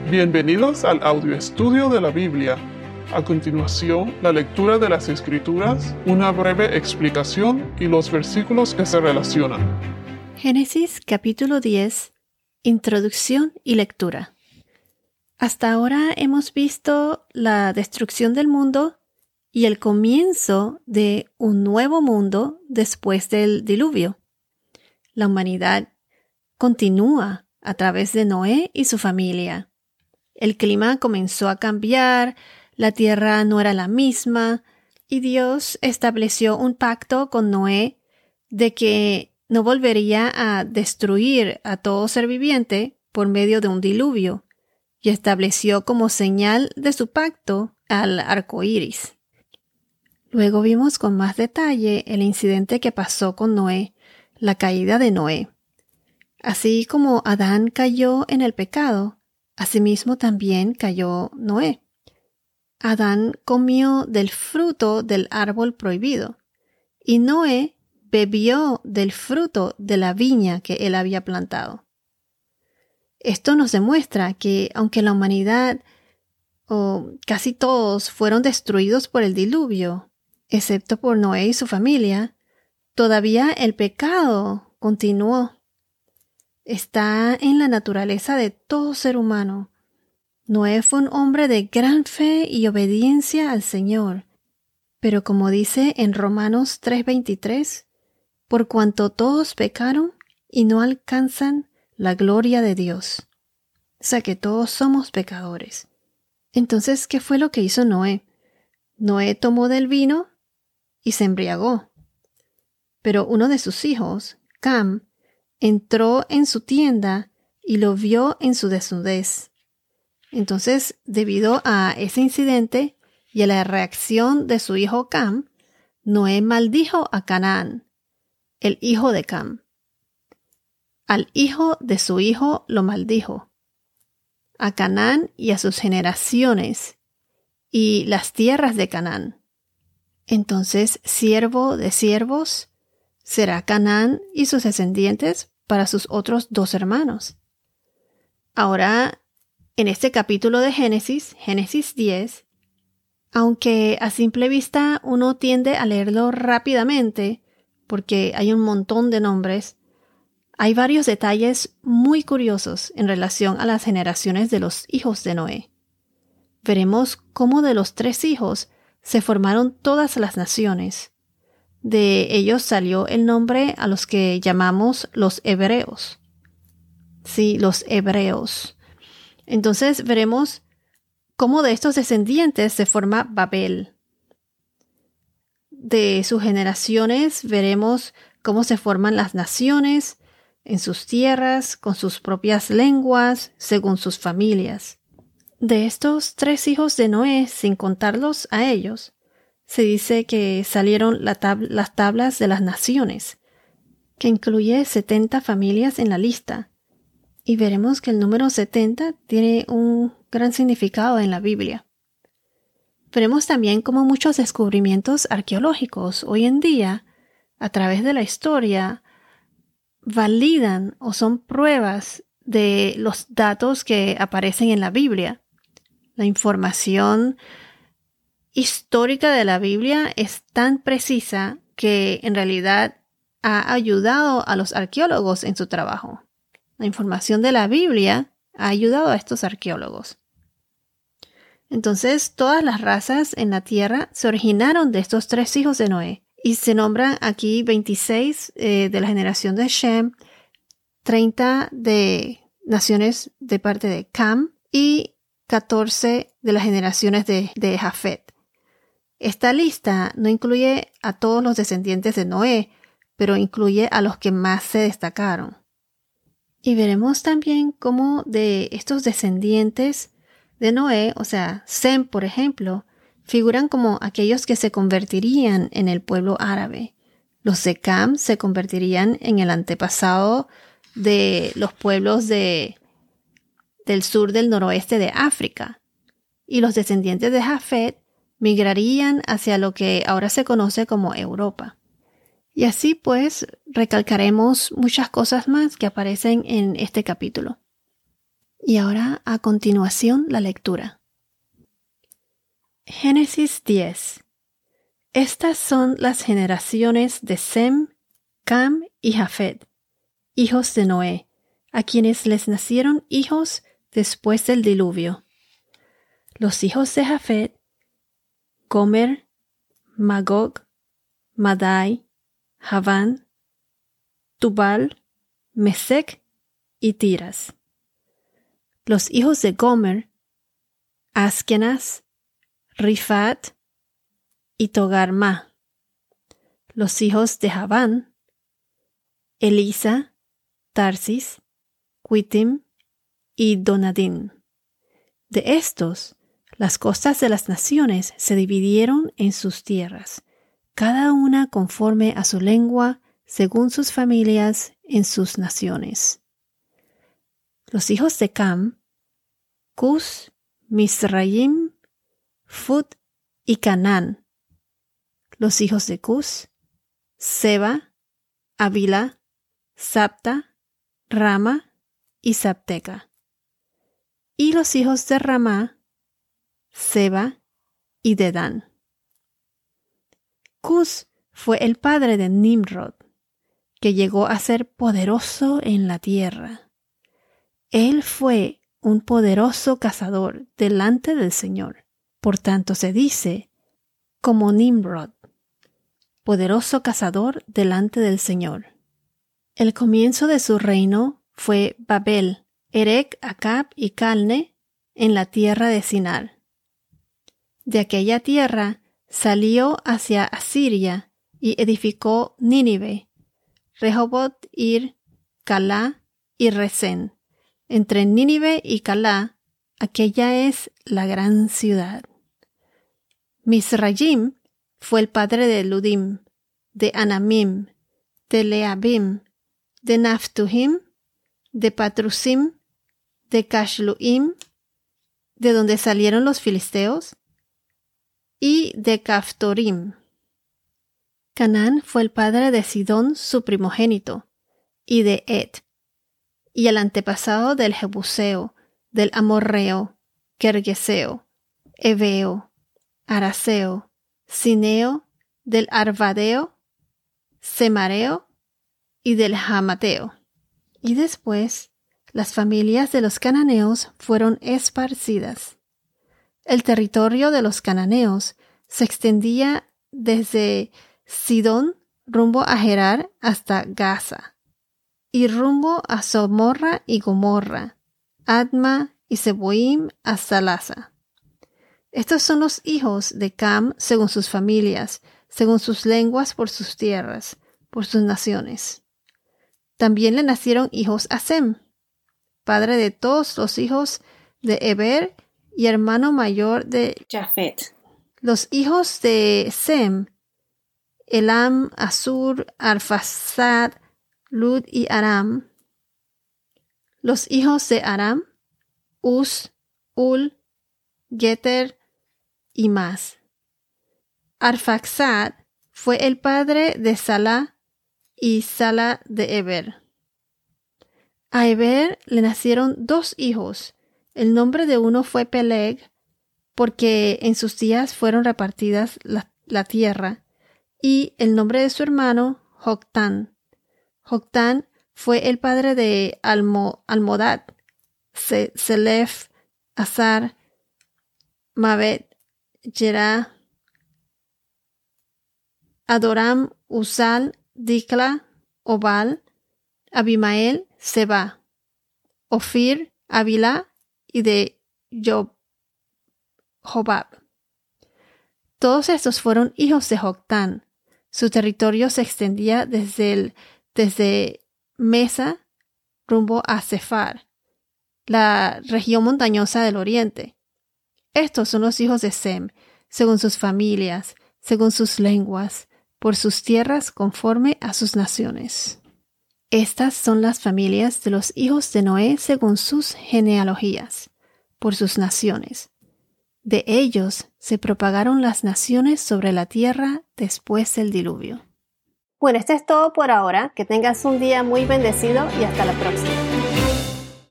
Bienvenidos al audio estudio de la Biblia. A continuación, la lectura de las Escrituras, una breve explicación y los versículos que se relacionan. Génesis capítulo 10, Introducción y lectura. Hasta ahora hemos visto la destrucción del mundo y el comienzo de un nuevo mundo después del diluvio. La humanidad continúa a través de Noé y su familia. El clima comenzó a cambiar, la tierra no era la misma, y Dios estableció un pacto con Noé de que no volvería a destruir a todo ser viviente por medio de un diluvio, y estableció como señal de su pacto al arco iris. Luego vimos con más detalle el incidente que pasó con Noé, la caída de Noé. Así como Adán cayó en el pecado, asimismo también cayó Noé. Adán comió del fruto del árbol prohibido, y Noé bebió del fruto de la viña que él había plantado. Esto nos demuestra que aunque la humanidad, o casi todos, fueron destruidos por el diluvio, excepto por Noé y su familia, todavía el pecado continuó. Está en la naturaleza de todo ser humano. Noé fue un hombre de gran fe y obediencia al Señor. Pero como dice en Romanos 3:23, por cuanto todos pecaron y no alcanzan la gloria de Dios. O sea que todos somos pecadores. Entonces, ¿qué fue lo que hizo Noé? Noé tomó del vino y se embriagó. Pero uno de sus hijos, Cam, entró en su tienda y lo vio en su desnudez. Entonces, debido a ese incidente y a la reacción de su hijo Cam, Noé maldijo a Canaán, el hijo de Cam. Al hijo de su hijo lo maldijo, a Canaán y a sus generaciones, y las tierras de Canaán. Entonces, siervo de siervos será Canaán y sus descendientes para sus otros 2 hermanos. Ahora, en este capítulo de Génesis 10, aunque a simple vista uno tiende a leerlo rápidamente, porque hay un montón de nombres, hay varios detalles muy curiosos en relación a las generaciones de los hijos de Noé. Veremos cómo de los 3 hijos se formaron todas las naciones. De ellos salió el nombre a los que llamamos los hebreos. Sí, los hebreos. Entonces veremos cómo de estos descendientes se forma Babel. De sus generaciones veremos cómo se forman las naciones en sus tierras, con sus propias lenguas, según sus familias. De estos 3 hijos de Noé, sin contarlos a ellos, se dice que salieron las tablas de las naciones, que incluye 70 familias en la lista. Y veremos que el número 70 tiene un gran significado en la Biblia. Veremos también cómo muchos descubrimientos arqueológicos hoy en día, a través de la historia, validan o son pruebas de los datos que aparecen en la Biblia. La información histórica de la Biblia es tan precisa que en realidad ha ayudado a los arqueólogos en su trabajo. La información de la Biblia ha ayudado a estos arqueólogos. Entonces, todas las razas en la tierra se originaron de estos 3 hijos de Noé. Y se nombran aquí 26 de la generación de Shem, 30 de naciones de parte de Cam y 14 de las generaciones de Jafet. Esta lista no incluye a todos los descendientes de Noé, pero incluye a los que más se destacaron. Y veremos también cómo de estos descendientes de Noé, o sea, Sem, por ejemplo, figuran como aquellos que se convertirían en el pueblo árabe. Los de Cam se convertirían en el antepasado de los pueblos del sur del noroeste de África. Y los descendientes de Jafet migrarían hacia lo que ahora se conoce como Europa. Y así pues recalcaremos muchas cosas más que aparecen en este capítulo. Y ahora, a continuación, la lectura. Génesis 10. Estas son las generaciones de Sem, Cam y Jafet, hijos de Noé, a quienes les nacieron hijos después del diluvio. Los hijos de Jafet: Gomer, Magog, Madai, Javán, Tubal, Mesec y Tiras. Los hijos de Gomer: Askenaz, Rifat y Togarma. Los hijos de Javán: Elisa, Tarsis, Quitim y Donadín. De estos, las costas de las naciones se dividieron en sus tierras, cada una conforme a su lengua, según sus familias en sus naciones. Los hijos de Cam: Cus, Misraim, Fut y Canaán. Los hijos de Cus: Seba, Avila, Sabta, Rama y Sabteca. Y los hijos de Ramá: Seba y Dedán. Cus fue el padre de Nimrod, que llegó a ser poderoso en la tierra. Él fue un poderoso cazador delante del Señor. Por tanto se dice, como Nimrod, poderoso cazador delante del Señor. El comienzo de su reino fue Babel, Erec, Acab y Calne en la tierra de Sinar. De aquella tierra salió hacia Asiria y edificó Nínive, Rehoboth, Ir, Calá y Resén. Entre Nínive y Calá, aquella es la gran ciudad. Misraim fue el padre de Ludim, de Anamim, de Leabim, de Naphtuhim, de Patrusim, de Cashluim, de donde salieron los filisteos, y de Caftorim. Canaán fue el padre de Sidón, su primogénito, y de Et, y el antepasado del Jebuseo, del Amorreo, Gergeseo, Eveo, Araseo, Sineo, del Arvadeo, Semareo y del Hamateo. Y después, las familias de los cananeos fueron esparcidas. El territorio de los cananeos se extendía desde Sidón rumbo a Gerar hasta Gaza, y rumbo a Somorra y Gomorra, Adma y Seboim hasta Lasa. Estos son los hijos de Cam según sus familias, según sus lenguas por sus tierras, por sus naciones. También le nacieron hijos a Sem, padre de todos los hijos de Eber y hermano mayor de Jafet. Los hijos de Sem: Elam, Asur, Arfaxad, Lud y Aram. Los hijos de Aram: Uz, Ul, Geter y más. Arfaxad fue el padre de Sala y Sala de Eber. A Eber le nacieron 2 hijos. El nombre de uno fue Peleg, porque en sus días fueron repartidas la tierra, y el nombre de su hermano, Joctán. Joctán fue el padre de Almodad, Selef, Azar, Mabet, Jerah, Adoram, Uzal, Dikla, Obal, Abimael, Seba, Ofir, Avila y de Jobab. Todos estos fueron hijos de Joctán. Su territorio se extendía desde Mesa rumbo a Sefar, la región montañosa del oriente. Estos son los hijos de Sem, según sus familias, según sus lenguas, por sus tierras conforme a sus naciones. Estas son las familias de los hijos de Noé según sus genealogías, por sus naciones. De ellos se propagaron las naciones sobre la tierra después del diluvio. Bueno, esto es todo por ahora. Que tengas un día muy bendecido y hasta la próxima.